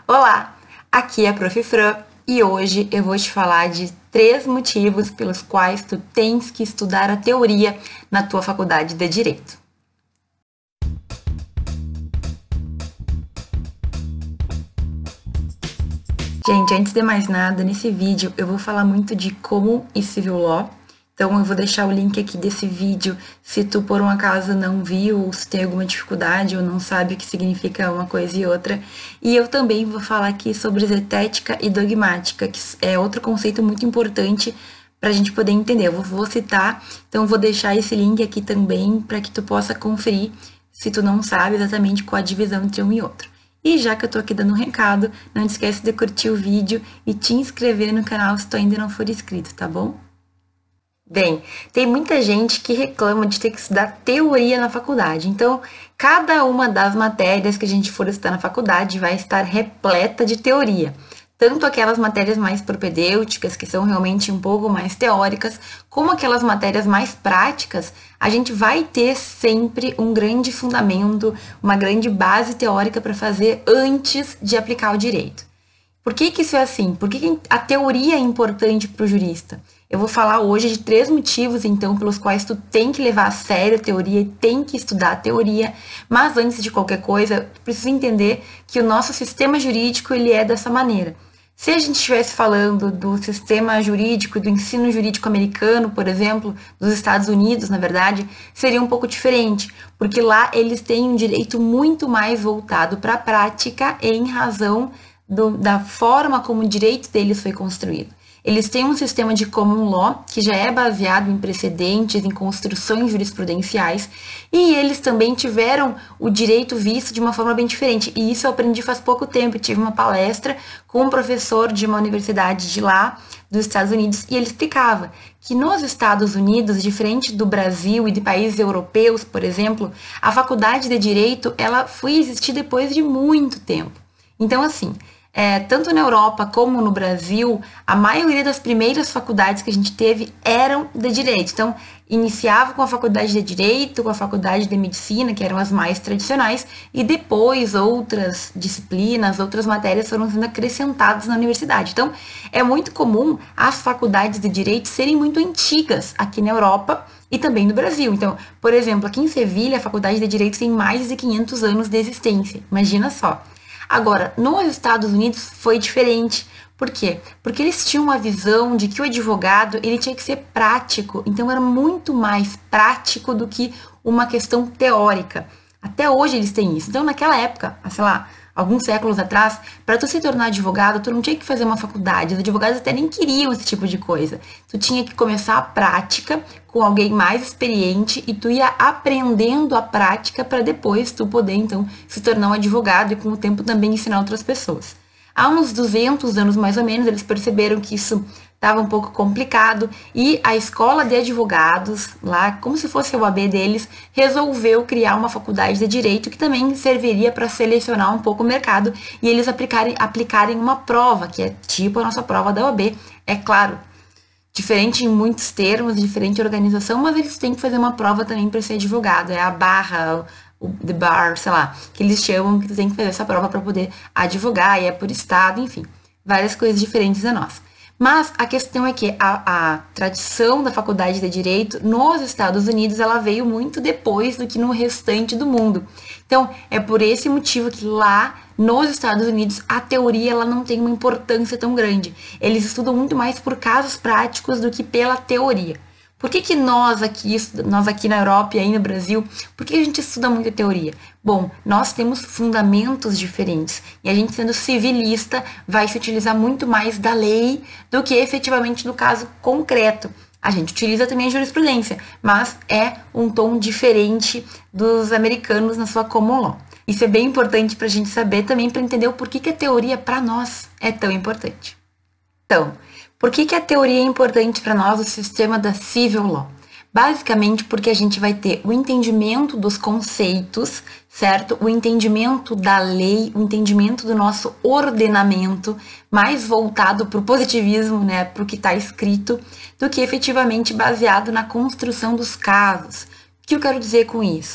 Olá, aqui é a Prof. Fran e hoje eu vou te falar de 3 motivos pelos quais tu tens que estudar a teoria na tua faculdade de Direito. Gente, antes de mais nada, nesse vídeo eu vou falar muito de Common e Civil Law. Então eu vou deixar o link aqui desse vídeo, se tu por um acaso não viu, ou se tem alguma dificuldade, ou não sabe o que significa uma coisa e outra. E eu também vou falar aqui sobre zetética e dogmática, que é outro conceito muito importante para a gente poder entender. Eu vou citar, então eu vou deixar esse link aqui também para que tu possa conferir, se tu não sabe exatamente qual a divisão entre um e outro. E já que eu tô aqui dando um recado, não te esquece de curtir o vídeo e te inscrever no canal se tu ainda não for inscrito, tá bom? Bem, tem muita gente que reclama de ter que estudar teoria na faculdade. Então, cada uma das matérias que a gente for estudar na faculdade vai estar repleta de teoria. Tanto aquelas matérias mais propedêuticas, que são realmente um pouco mais teóricas, como aquelas matérias mais práticas, a gente vai ter sempre um grande fundamento, uma grande base teórica para fazer antes de aplicar o direito. Por que isso é assim? Por que a teoria é importante para o jurista? Eu vou falar hoje de 3 motivos, então, pelos quais tu tem que levar a sério a teoria e tem que estudar a teoria. Mas antes de qualquer coisa, tu precisa entender que o nosso sistema jurídico, ele é dessa maneira. Se a gente estivesse falando do sistema jurídico, do ensino jurídico americano, por exemplo, dos Estados Unidos, na verdade, seria um pouco diferente, porque lá eles têm um direito muito mais voltado para a prática em razão da forma como o direito deles foi construído. Eles têm um sistema de common law que já é baseado em precedentes, em construções jurisprudenciais, e eles também tiveram o direito visto de uma forma bem diferente. E isso eu aprendi faz pouco tempo. Eu tive uma palestra com um professor de uma universidade de lá, dos Estados Unidos, e ele explicava que nos Estados Unidos, diferente do Brasil e de países europeus, por exemplo, a faculdade de Direito, ela foi existir depois de muito tempo. Então, assim, tanto na Europa como no Brasil, a maioria das primeiras faculdades que a gente teve eram de Direito. Então, iniciava com a faculdade de Direito, com a faculdade de Medicina, que eram as mais tradicionais, e depois outras disciplinas, outras matérias foram sendo acrescentadas na universidade. Então, é muito comum as faculdades de Direito serem muito antigas aqui na Europa e também no Brasil. Então, por exemplo, aqui em Sevilha, a faculdade de Direito tem mais de 500 anos de existência. Imagina só. Agora, nos Estados Unidos foi diferente. Por quê? Porque eles tinham uma visão de que o advogado ele tinha que ser prático. Então, era muito mais prático do que uma questão teórica. Até hoje eles têm isso. Então, naquela época, sei lá, alguns séculos atrás, para tu se tornar advogado, tu não tinha que fazer uma faculdade. Os advogados até nem queriam esse tipo de coisa. Tu tinha que começar a prática com alguém mais experiente e tu ia aprendendo a prática para depois tu poder, então, se tornar um advogado e com o tempo também ensinar outras pessoas. Há uns 200 anos, mais ou menos, eles perceberam que isso estava um pouco complicado e a escola de advogados, lá, como se fosse a OAB deles, resolveu criar uma faculdade de Direito que também serviria para selecionar um pouco o mercado e eles aplicarem uma prova, que é tipo a nossa prova da OAB. É claro, diferente em muitos termos, diferente organização, mas eles têm que fazer uma prova também para ser advogado. É a barra, o the bar, sei lá, que eles chamam, que tu tem que fazer essa prova para poder advogar, e é por estado, enfim, várias coisas diferentes da nossa. Mas a questão é que a tradição da faculdade de Direito nos Estados Unidos, ela veio muito depois do que no restante do mundo. Então, é por esse motivo que lá nos Estados Unidos a teoria ela não tem uma importância tão grande. Eles estudam muito mais por casos práticos do que pela teoria. Por que nós aqui na Europa e aí no Brasil, por que a gente estuda muita teoria? Bom, nós temos fundamentos diferentes e a gente, sendo civilista, vai se utilizar muito mais da lei do que efetivamente do caso concreto. A gente utiliza também a jurisprudência, mas é um tom diferente dos americanos na sua common law. Isso é bem importante para a gente saber também, para entender o porquê que a teoria para nós é tão importante. Então, por que a teoria é importante para nós, o sistema da Civil Law? Basicamente porque a gente vai ter o entendimento dos conceitos, certo? O entendimento da lei, o entendimento do nosso ordenamento, mais voltado para o positivismo, né? Para o que está escrito, do que efetivamente baseado na construção dos casos. O que eu quero dizer com isso?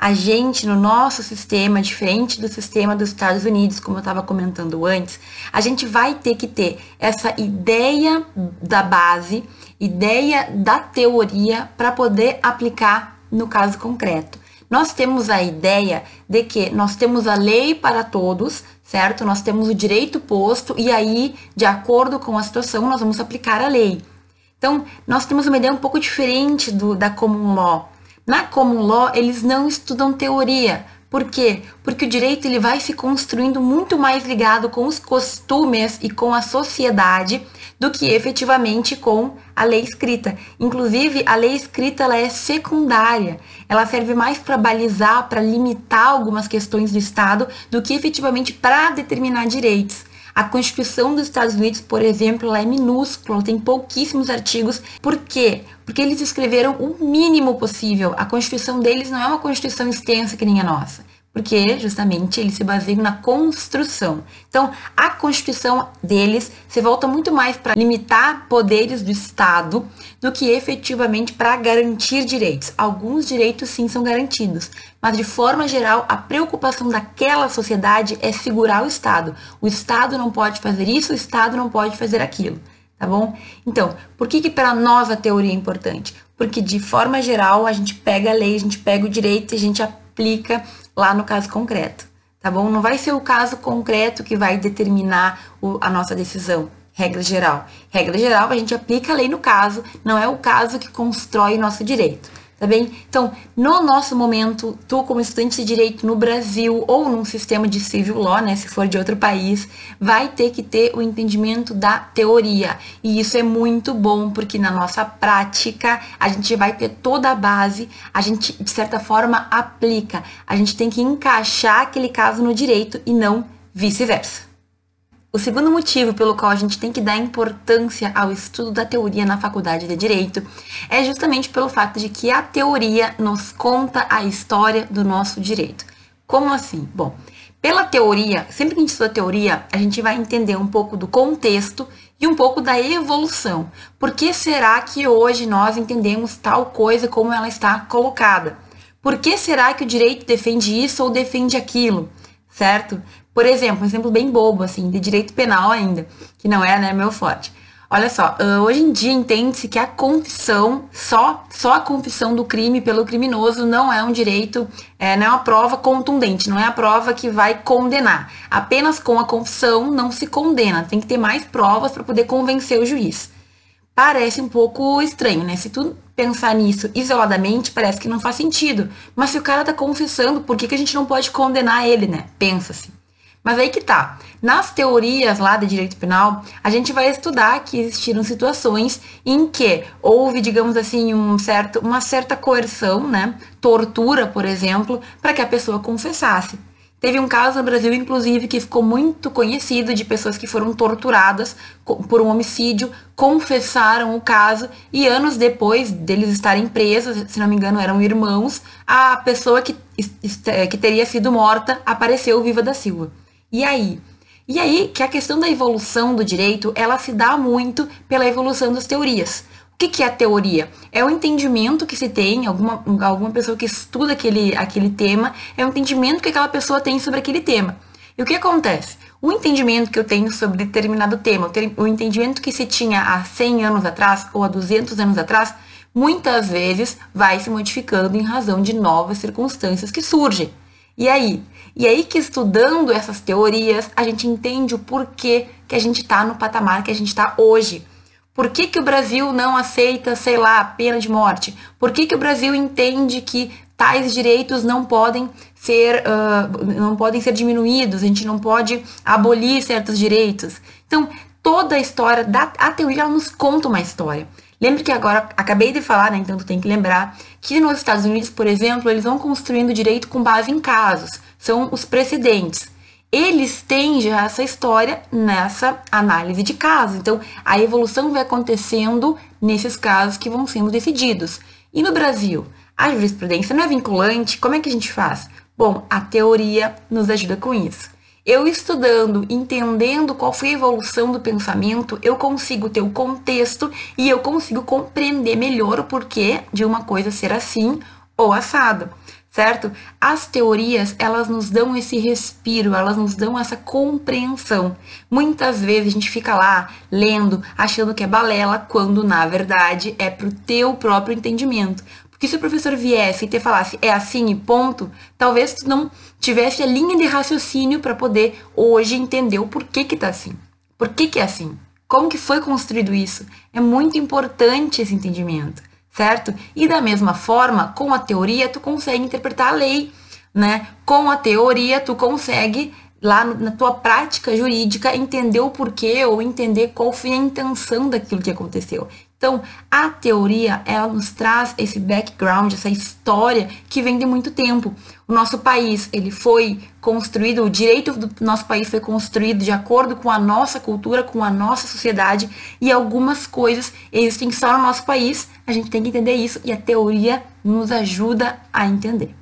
A gente, no nosso sistema, diferente do sistema dos Estados Unidos, como eu estava comentando antes, a gente vai ter que ter essa ideia da base, ideia da teoria para poder aplicar no caso concreto. Nós temos a ideia de que nós temos a lei para todos, certo? Nós temos o direito posto e aí, de acordo com a situação, nós vamos aplicar a lei. Então, nós temos uma ideia um pouco diferente da Common Law. Na Common Law, eles não estudam teoria. Por quê? Porque o direito ele vai se construindo muito mais ligado com os costumes e com a sociedade do que efetivamente com a lei escrita. Inclusive, a lei escrita ela é secundária. Ela serve mais para balizar, para limitar algumas questões do Estado do que efetivamente para determinar direitos. A Constituição dos Estados Unidos, por exemplo, ela é minúscula, ela tem pouquíssimos artigos. Por quê? Porque eles escreveram o mínimo possível. A Constituição deles não é uma Constituição extensa que nem a nossa, porque justamente eles se baseiam na construção. Então, a Constituição deles se volta muito mais para limitar poderes do Estado do que efetivamente para garantir direitos. Alguns direitos sim são garantidos, mas de forma geral, a preocupação daquela sociedade é segurar o Estado. O Estado não pode fazer isso, o Estado não pode fazer aquilo. Tá bom? Então, por que para nós a teoria é importante? Porque de forma geral, a gente pega a lei, a gente pega o direito e a gente aplica lá no caso concreto, tá bom? Não vai ser o caso concreto que vai determinar a nossa decisão, regra geral. Regra geral, a gente aplica a lei no caso, não é o caso que constrói o nosso direito, tá bem? Então, no nosso momento, tu como estudante de direito no Brasil ou num sistema de civil law, né, se for de outro país, vai ter que ter o entendimento da teoria. E isso é muito bom, porque na nossa prática, a gente vai ter toda a base, a gente, de certa forma, aplica. A gente tem que encaixar aquele caso no direito e não vice-versa. O segundo motivo pelo qual a gente tem que dar importância ao estudo da teoria na faculdade de Direito é justamente pelo fato de que a teoria nos conta a história do nosso direito. Como assim? Bom, pela teoria, sempre que a gente estuda teoria, a gente vai entender um pouco do contexto e um pouco da evolução. Por que será que hoje nós entendemos tal coisa como ela está colocada? Por que será que o direito defende isso ou defende aquilo? Certo? Por exemplo, um exemplo bem bobo, assim, de direito penal ainda, que não é, né, meu forte. Olha só, hoje em dia entende-se que a confissão, só a confissão do crime pelo criminoso não é um direito, não é uma prova contundente, não é a prova que vai condenar. Apenas com a confissão não se condena, tem que ter mais provas para poder convencer o juiz. Parece um pouco estranho, né? Se tu pensar nisso isoladamente, parece que não faz sentido. Mas se o cara tá confessando, por que a gente não pode condenar ele, né? Pensa-se. Mas aí que tá. Nas teorias lá de direito penal, a gente vai estudar que existiram situações em que houve, digamos assim, uma certa coerção, né? Tortura, por exemplo, para que a pessoa confessasse. Teve um caso no Brasil, inclusive, que ficou muito conhecido de pessoas que foram torturadas por um homicídio, confessaram o caso e anos depois deles estarem presos, se não me engano eram irmãos, a pessoa que teria sido morta apareceu viva da Silva. E aí? E aí que a questão da evolução do direito, ela se dá muito pela evolução das teorias. O que é a teoria? É o entendimento que se tem, alguma pessoa que estuda aquele tema, é o entendimento que aquela pessoa tem sobre aquele tema. E o que acontece? O entendimento que eu tenho sobre determinado tema, o entendimento que se tinha há 100 anos atrás ou há 200 anos atrás, muitas vezes vai se modificando em razão de novas circunstâncias que surgem. E aí? E aí que estudando essas teorias, a gente entende o porquê que a gente está no patamar que a gente está hoje. Por que o Brasil não aceita, sei lá, a pena de morte? Por que o Brasil entende que tais direitos não podem ser diminuídos, a gente não pode abolir certos direitos? Então, toda a história, a teoria, ela nos conta uma história. Lembre que agora, acabei de falar, né, então tu tem que lembrar, que nos Estados Unidos, por exemplo, eles vão construindo direito com base em casos, são os precedentes. Eles têm já essa história nessa análise de casos. Então, a evolução vai acontecendo nesses casos que vão sendo decididos. E no Brasil, a jurisprudência não é vinculante? Como é que a gente faz? Bom, a teoria nos ajuda com isso. Eu estudando, entendendo qual foi a evolução do pensamento, eu consigo ter o contexto e eu consigo compreender melhor o porquê de uma coisa ser assim ou assado. certo? As teorias, elas nos dão esse respiro, elas nos dão essa compreensão. Muitas vezes a gente fica lá lendo, achando que é balela, quando na verdade é pro teu próprio entendimento. Porque se o professor viesse e te falasse é assim e ponto, talvez tu não tivesse a linha de raciocínio para poder hoje entender o porquê que tá assim. Por que é assim? Como que foi construído isso? É muito importante esse entendimento, certo? E da mesma forma, com a teoria, tu consegue interpretar a lei, né? Com a teoria, tu consegue, lá na tua prática jurídica, entender o porquê ou entender qual foi a intenção daquilo que aconteceu. Então, a teoria, ela nos traz esse background, essa história que vem de muito tempo. O nosso país, ele foi construído, o direito do nosso país foi construído de acordo com a nossa cultura, com a nossa sociedade, e algumas coisas existem só no nosso país, a gente tem que entender isso, e a teoria nos ajuda a entender.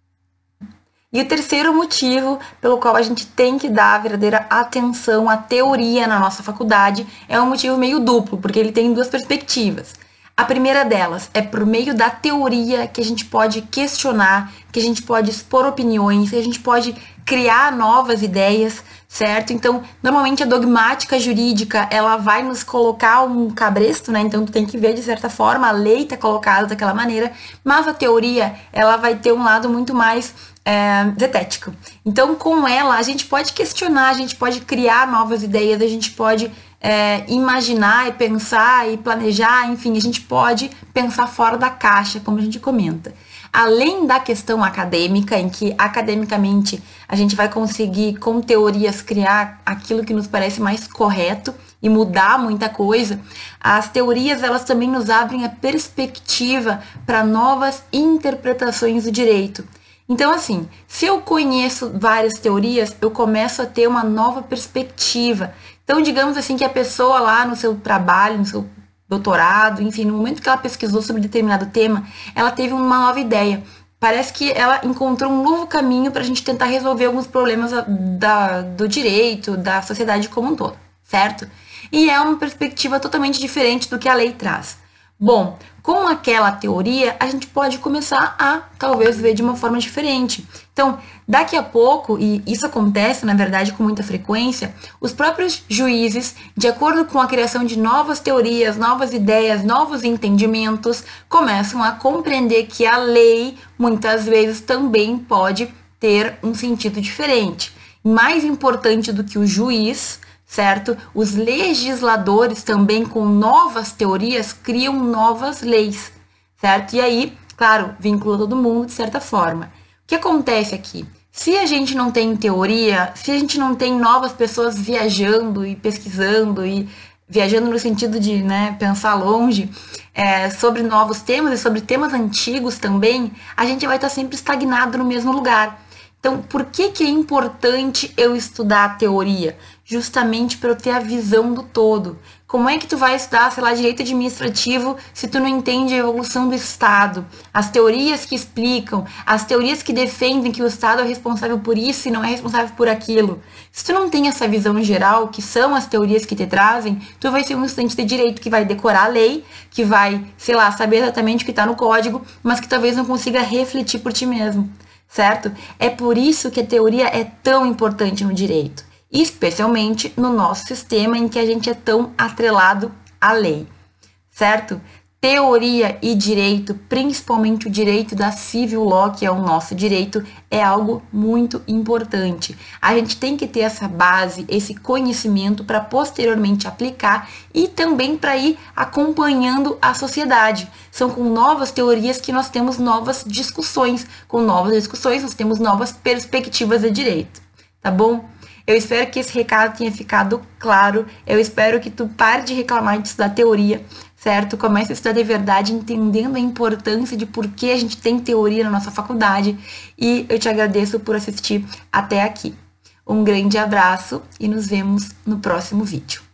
E o terceiro motivo pelo qual a gente tem que dar a verdadeira atenção à teoria na nossa faculdade é um motivo meio duplo, porque ele tem duas perspectivas. A primeira delas é por meio da teoria que a gente pode questionar, que a gente pode expor opiniões, que a gente pode criar novas ideias, certo? Então, normalmente a dogmática jurídica, ela vai nos colocar um cabresto, né? Então, tu tem que ver de certa forma, a lei tá colocada daquela maneira, mas a teoria, ela vai ter um lado muito mais zetético. Então, com ela, a gente pode questionar, a gente pode criar novas ideias, a gente pode imaginar e pensar e planejar, enfim, a gente pode pensar fora da caixa, como a gente comenta. Além da questão acadêmica, em que academicamente a gente vai conseguir, com teorias, criar aquilo que nos parece mais correto e mudar muita coisa, as teorias, elas também nos abrem a perspectiva para novas interpretações do direito. Então, assim, se eu conheço várias teorias, eu começo a ter uma nova perspectiva. Então, digamos assim que a pessoa lá no seu trabalho, no seu doutorado, enfim, no momento que ela pesquisou sobre determinado tema, ela teve uma nova ideia. Parece que ela encontrou um novo caminho para a gente tentar resolver alguns problemas do direito, da sociedade como um todo, certo? E é uma perspectiva totalmente diferente do que a lei traz. Bom, com aquela teoria, a gente pode começar a, talvez, ver de uma forma diferente. Então, daqui a pouco, e isso acontece, na verdade, com muita frequência, os próprios juízes, de acordo com a criação de novas teorias, novas ideias, novos entendimentos, começam a compreender que a lei, muitas vezes, também pode ter um sentido diferente. Mais importante do que o juiz, certo? Os legisladores também, com novas teorias, criam novas leis, certo? E aí, claro, vincula todo mundo de certa forma. O que acontece aqui? Se a gente não tem teoria, se a gente não tem novas pessoas viajando e pesquisando e viajando no sentido de, né, pensar longe, sobre novos temas e sobre temas antigos também, a gente vai estar sempre estagnado no mesmo lugar. Então, por que é importante eu estudar a teoria? Justamente para eu ter a visão do todo. Como é que tu vai estudar, sei lá, direito administrativo se tu não entende a evolução do Estado? As teorias que explicam, as teorias que defendem que o Estado é responsável por isso e não é responsável por aquilo. Se tu não tem essa visão geral, que são as teorias que te trazem, tu vai ser um estudante de direito que vai decorar a lei, que vai, sei lá, saber exatamente o que está no código, mas que talvez não consiga refletir por ti mesmo. Certo? É por isso que a teoria é tão importante no direito, especialmente no nosso sistema em que a gente é tão atrelado à lei, certo? Teoria e direito, principalmente o direito da civil law, que é o nosso direito, é algo muito importante. A gente tem que ter essa base, esse conhecimento para posteriormente aplicar e também para ir acompanhando a sociedade. São com novas teorias que nós temos novas discussões. Com novas discussões, nós temos novas perspectivas de direito. Tá bom? Eu espero que esse recado tenha ficado claro. Eu espero que tu pare de reclamar de estudar teoria, certo? Comece a estudar de verdade, entendendo a importância de por que a gente tem teoria na nossa faculdade. E eu te agradeço por assistir até aqui. Um grande abraço e nos vemos no próximo vídeo.